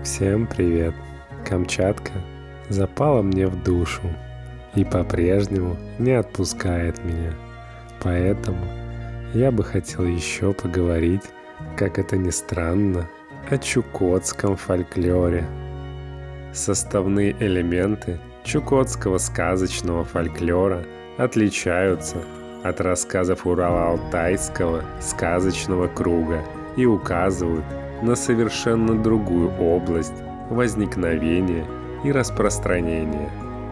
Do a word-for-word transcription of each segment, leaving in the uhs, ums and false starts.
Всем привет! Камчатка запала мне в душу и по-прежнему не отпускает меня. Поэтому я бы хотел еще поговорить, как это ни странно, о чукотском фольклоре. Составные элементы чукотского сказочного фольклора отличаются от рассказов Урало-Алтайского сказочного круга и указывают на совершенно другую область возникновения и распространения.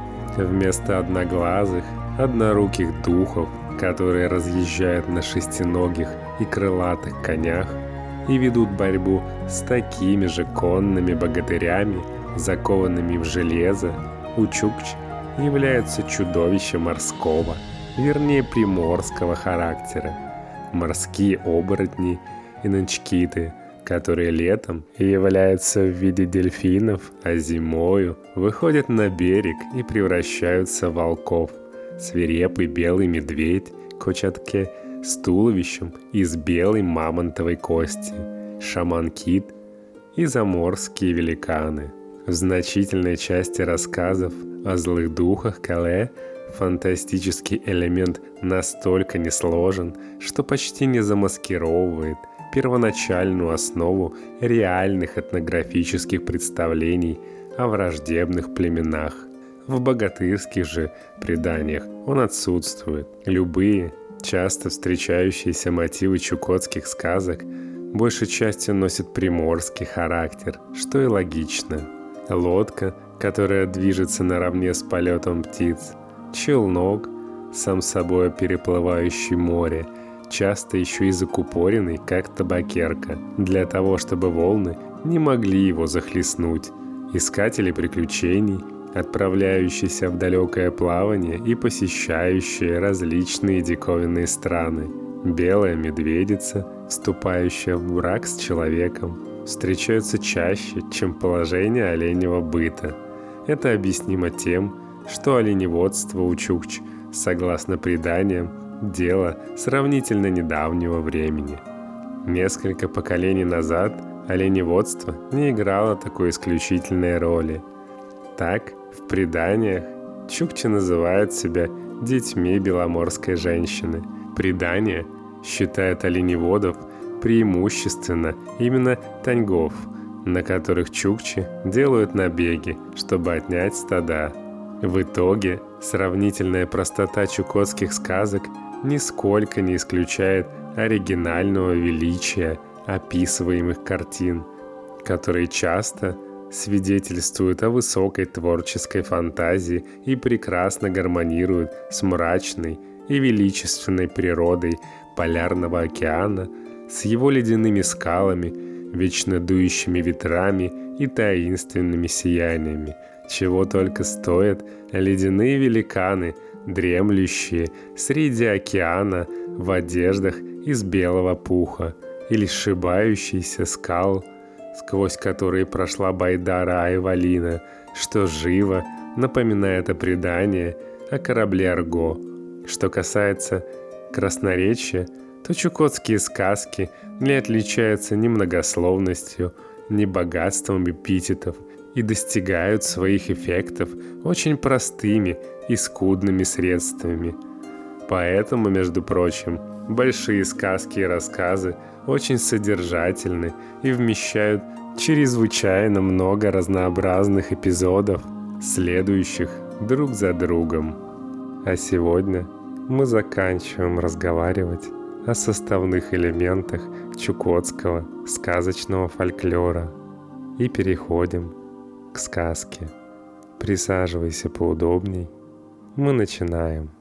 Вместо одноглазых, одноруких духов, которые разъезжают на шестиногих и крылатых конях и ведут борьбу с такими же конными богатырями, закованными в железо, у чукч являются чудовища морского, вернее приморского характера, морские оборотни и нанчкиты, которые летом являются в виде дельфинов, а зимою выходят на берег и превращаются в волков. Свирепый белый медведь Кочатке с туловищем из белой мамонтовой кости, шаман-кит и заморские великаны. В значительной части рассказов о злых духах Кале фантастический элемент настолько несложен, что почти не замаскировывает первоначальную основу реальных этнографических представлений о враждебных племенах. В богатырских же преданиях он отсутствует. Любые, часто встречающиеся мотивы чукотских сказок большей частью носят приморский характер, что и логично. Лодка, которая движется наравне с полетом птиц, челнок, сам собой переплывающий море, часто еще и закупоренный, как табакерка, для того, чтобы волны не могли его захлестнуть. Искатели приключений, отправляющиеся в далекое плавание и посещающие различные диковинные страны. Белая медведица, вступающая в брак с человеком, встречаются чаще, чем положение оленевого быта. Это объяснимо тем, что оленеводство у чукч, согласно преданиям, дело сравнительно недавнего времени. Несколько поколений назад оленеводство не играло такой исключительной роли. Так, в преданиях чукчи называют себя детьми беломорской женщины. Предания считают оленеводов преимущественно именно таньгов, на которых чукчи делают набеги, чтобы отнять стада. В итоге сравнительная простота чукотских сказок нисколько не исключает оригинального величия описываемых картин, которые часто свидетельствуют о высокой творческой фантазии и прекрасно гармонируют с мрачной и величественной природой Полярного океана, с его ледяными скалами, вечно дующими ветрами и таинственными сияниями, чего только стоят ледяные великаны, дремлющие среди океана в одеждах из белого пуха, или сшибающиеся скал, сквозь которые прошла Байдара Айвалина, что живо напоминает о предании о корабле Арго. Что касается красноречия, то чукотские сказки не отличаются ни многословностью, ни богатством эпитетов и достигают своих эффектов очень простыми и скудными средствами. Поэтому, между прочим, большие сказки и рассказы очень содержательны и вмещают чрезвычайно много разнообразных эпизодов, следующих друг за другом. А сегодня мы заканчиваем разговаривать о составных элементах чукотского сказочного фольклора и переходим к сказке. Присаживайся поудобней. Мы начинаем.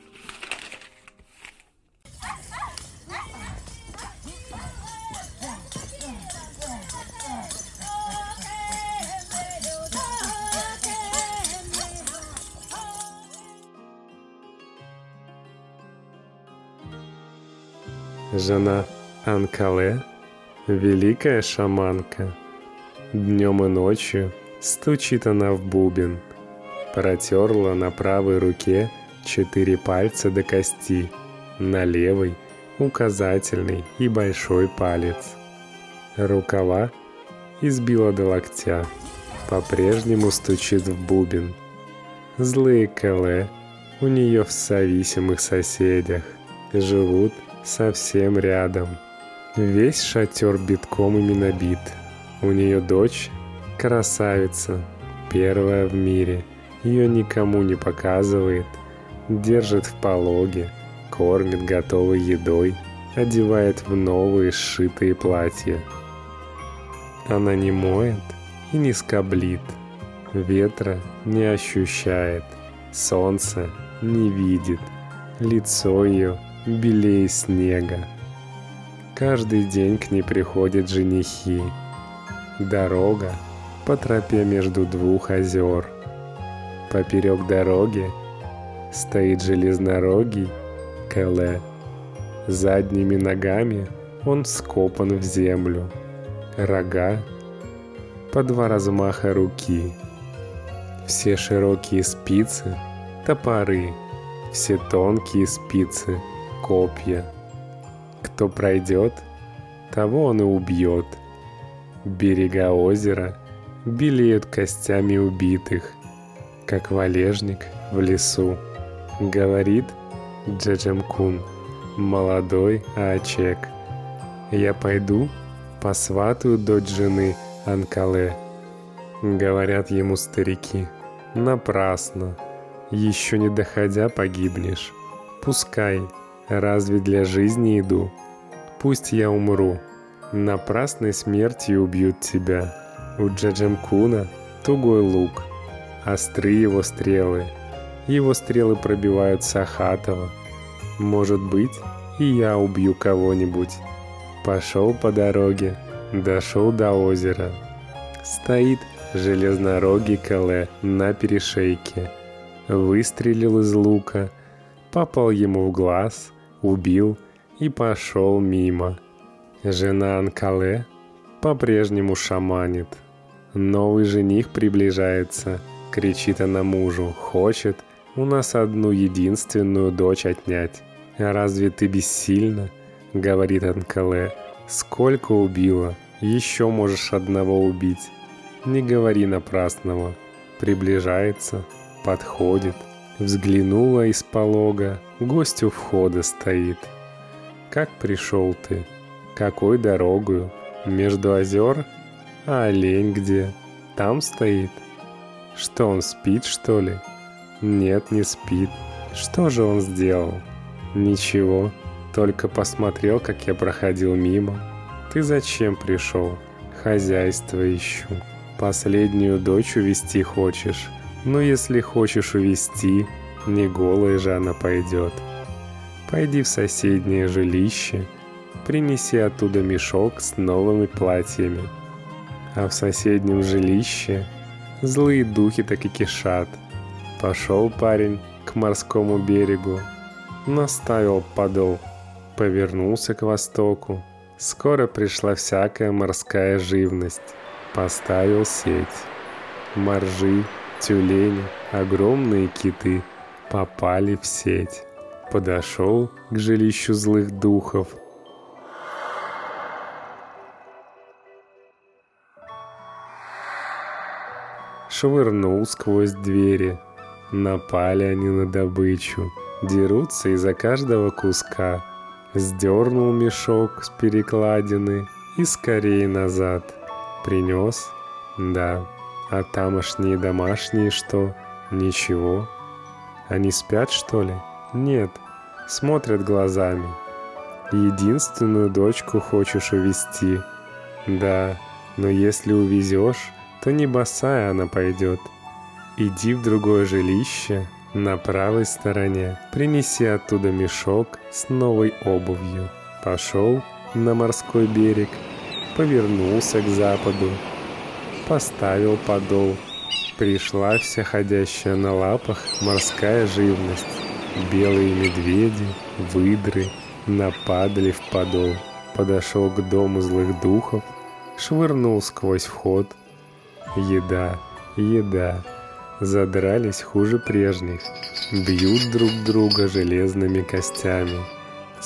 Жена Анкале, великая шаманка, днем и ночью стучит она в бубен, протерла на правой руке четыре пальца до кости, на левой указательный и большой палец. Рукава избила до локтя. По-прежнему стучит в бубен. Злые Кэлэ у нее в зависимых соседях живут совсем рядом. Весь шатер битком ими набит. У нее дочь красавица, первая в мире. Ее никому не показывает, держит в пологе, кормит готовой едой, одевает в новые сшитые платья. Она не моет и не скоблит, ветра не ощущает, солнца не видит, лицо ее белее снега. Каждый день к ней приходят женихи. Дорога по тропе между двух озер. Поперек дороги стоит железнорогий Кэлэ. Задними ногами он вскопан в землю. Рога по два размаха руки. Все широкие спицы — топоры, все тонкие спицы — копья. Кто пройдет, того он и убьет. Берега озера белеют костями убитых, как валежник в лесу. Говорит Джеджемкун, молодой Аачек: я пойду посватаю дочь жены Анкалэ. Говорят ему старики: напрасно, еще не доходя погибнешь. Пускай, разве для жизни иду? Пусть я умру, напрасной смертью убьют тебя. У Джеджемкуна тугой лук, остры его стрелы, его стрелы пробивают Сахатова. Может быть, и я убью кого-нибудь. Пошел по дороге, дошел до озера. Стоит железнорогий Кэлэ на перешейке. Выстрелил из лука, попал ему в глаз, убил и пошел мимо. Жена Анкалэ по-прежнему шаманит. Новый жених приближается, кричит она мужу, хочет у нас одну единственную дочь отнять. Разве ты бессильна? Говорит Анкалэ. Сколько убила, еще можешь одного убить. Не говори напрасного. Приближается, подходит, взглянула из полога, гость у входа стоит. Как пришел ты? Какой дорогою? Между озер? А олень где? Там стоит. Что, он спит, что ли? Нет, не спит. Что же он сделал? Ничего, только посмотрел, как я проходил мимо. Ты зачем пришел? Хозяйство ищу. Последнюю дочь увести хочешь? Ну, если хочешь увести, не голая же она пойдет. Пойди в соседнее жилище, принеси оттуда мешок с новыми платьями. А в соседнем жилище злые духи так и кишат. Пошел парень к морскому берегу, наставил подол, повернулся к востоку. Скоро пришла всякая морская живность. Поставил сеть. Моржи, тюлени, огромные киты попали в сеть. Подошел к жилищу злых духов. Швырнул сквозь двери. Напали они на добычу, дерутся из-за каждого куска. Сдернул мешок с перекладины и скорее назад. Принес? Да. А тамошние домашние что? Ничего. Они спят, что ли? Нет. Смотрят глазами. Единственную дочку хочешь увести? Да. Но если увезешь, то не босая она пойдет. Иди в другое жилище на правой стороне, принеси оттуда мешок с новой обувью. Пошел на морской берег, повернулся к западу, поставил подол. Пришла вся ходящая на лапах морская живность. Белые медведи, выдры нападали в подол. Подошел к дому злых духов, швырнул сквозь вход. Еда, еда. Задрались хуже прежних, бьют друг друга железными костями.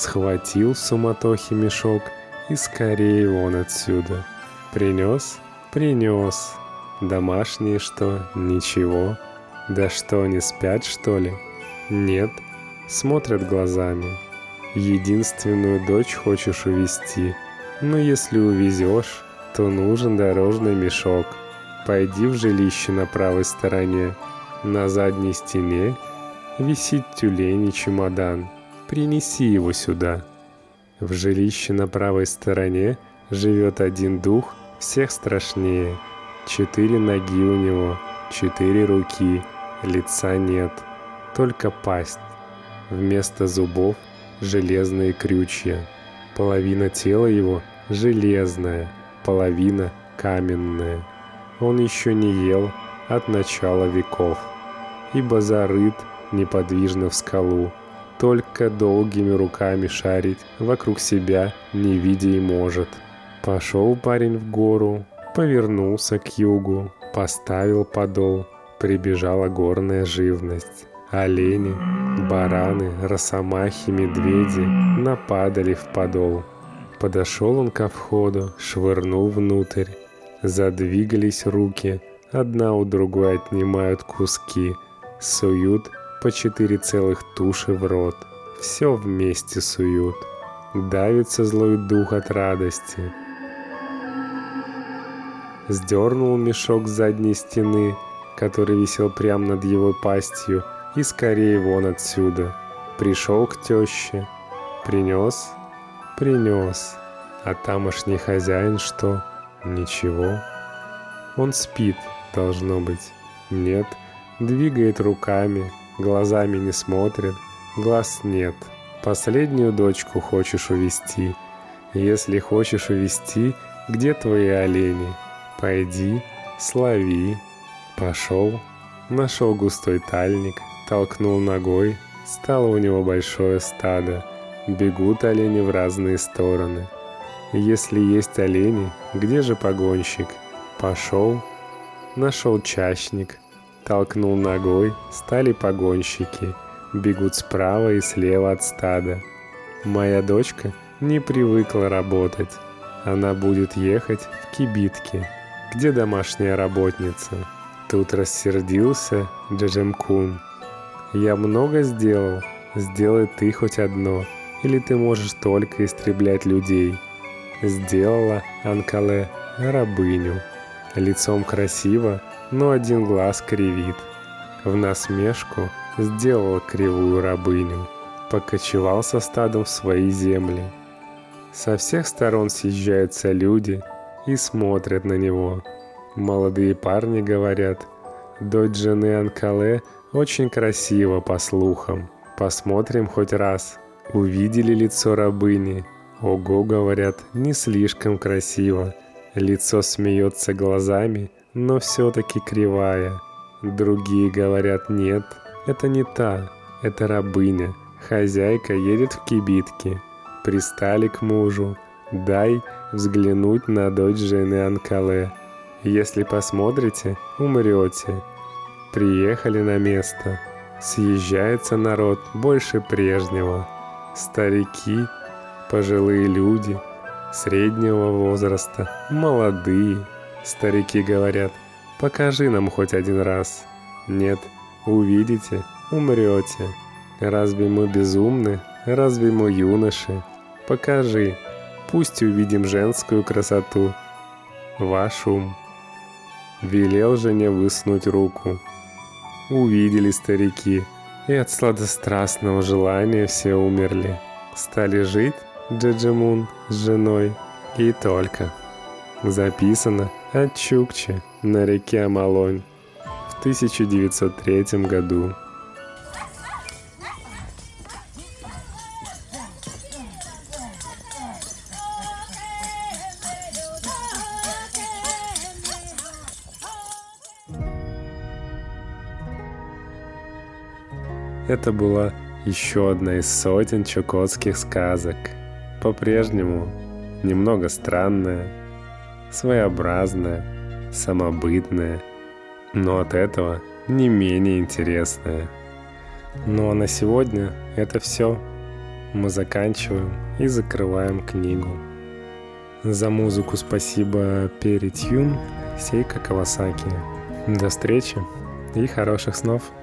Схватил в суматохе мешок и скорее вон отсюда. Принес? Принес. Домашние что? Ничего. Да что, не спят, что ли? Нет. Смотрят глазами. Единственную дочь хочешь увезти. Но если увезешь, то нужен дорожный мешок. Пойди в жилище на правой стороне. На задней стене висит тюленей чемодан. Принеси его сюда. В жилище на правой стороне живет один дух, всех страшнее. Четыре ноги у него, четыре руки, лица нет, только пасть. Вместо зубов железные крючья. Половина тела его железная, половина каменная. Он еще не ел от начала веков, ибо зарыт неподвижно в скалу. Только долгими руками шарить вокруг себя не видя и может. Пошел парень в гору, повернулся к югу, поставил подол, прибежала горная живность. Олени, бараны, росомахи, медведи нападали в подол. Подошел он ко входу, швырнул внутрь. Задвигались руки, одна у другой отнимают куски, суют по четыре целых туши в рот, все вместе суют. Давится злой дух от радости. Сдернул мешок с задней стены, который висел прямо над его пастью, и скорее вон отсюда. Пришел к теще. Принес? Принес. А тамошний хозяин что? Ничего. Он спит, должно быть. Нет, двигает руками, глазами не смотрит, глаз нет. Последнюю дочку хочешь увести. Если хочешь увести, где твои олени? Пойди, слови. Пошел, нашел густой тальник, толкнул ногой, стало у него большое стадо. Бегут олени в разные стороны. Если есть олени, где же погонщик? Пошел, нашел чащник, толкнул ногой, стали погонщики. Бегут справа и слева от стада. Моя дочка не привыкла работать. Она будет ехать в кибитке. Где домашняя работница? Тут рассердился Джаджемкун. Я много сделал, сделай ты хоть одно, или ты можешь только истреблять людей. Сделала Анкале рабыню. Лицом красиво, но один глаз кривит. В насмешку сделала кривую рабыню. Покочевал со стадом в свои земли. Со всех сторон съезжаются люди и смотрят на него. Молодые парни говорят: дочь жены Анкале очень красива, по слухам. Посмотрим хоть раз. Увидели лицо рабыни. Ого, говорят, не слишком красиво. Лицо смеется глазами, но все-таки кривая. Другие говорят: нет, это не та, это рабыня. Хозяйка едет в кибитке. Пристали к мужу. Дай взглянуть на дочь жены Анкале. Если посмотрите, умрете. Приехали на место. Съезжается народ больше прежнего. Старики, пожилые люди, среднего возраста, молодые. Старики говорят: покажи нам хоть один раз. Нет, увидите, умрете. Разве мы безумны? Разве мы юноши? Покажи, пусть увидим женскую красоту. Ваш ум. Велел жене высунуть руку. Увидели старики, и от сладострастного желания все умерли. Стали жить Джаджемун с женой и только. Записано от Чукчи на реке Амалонь в тысяча девятьсот третьем году. Это была еще одна из сотен чукотских сказок. По-прежнему немного странная, своеобразная, самобытная, но от этого не менее интересная. Ну а на сегодня это все. Мы заканчиваем и закрываем книгу. За музыку спасибо Перри Тюн, Сейка Кавасаки. До встречи и хороших снов!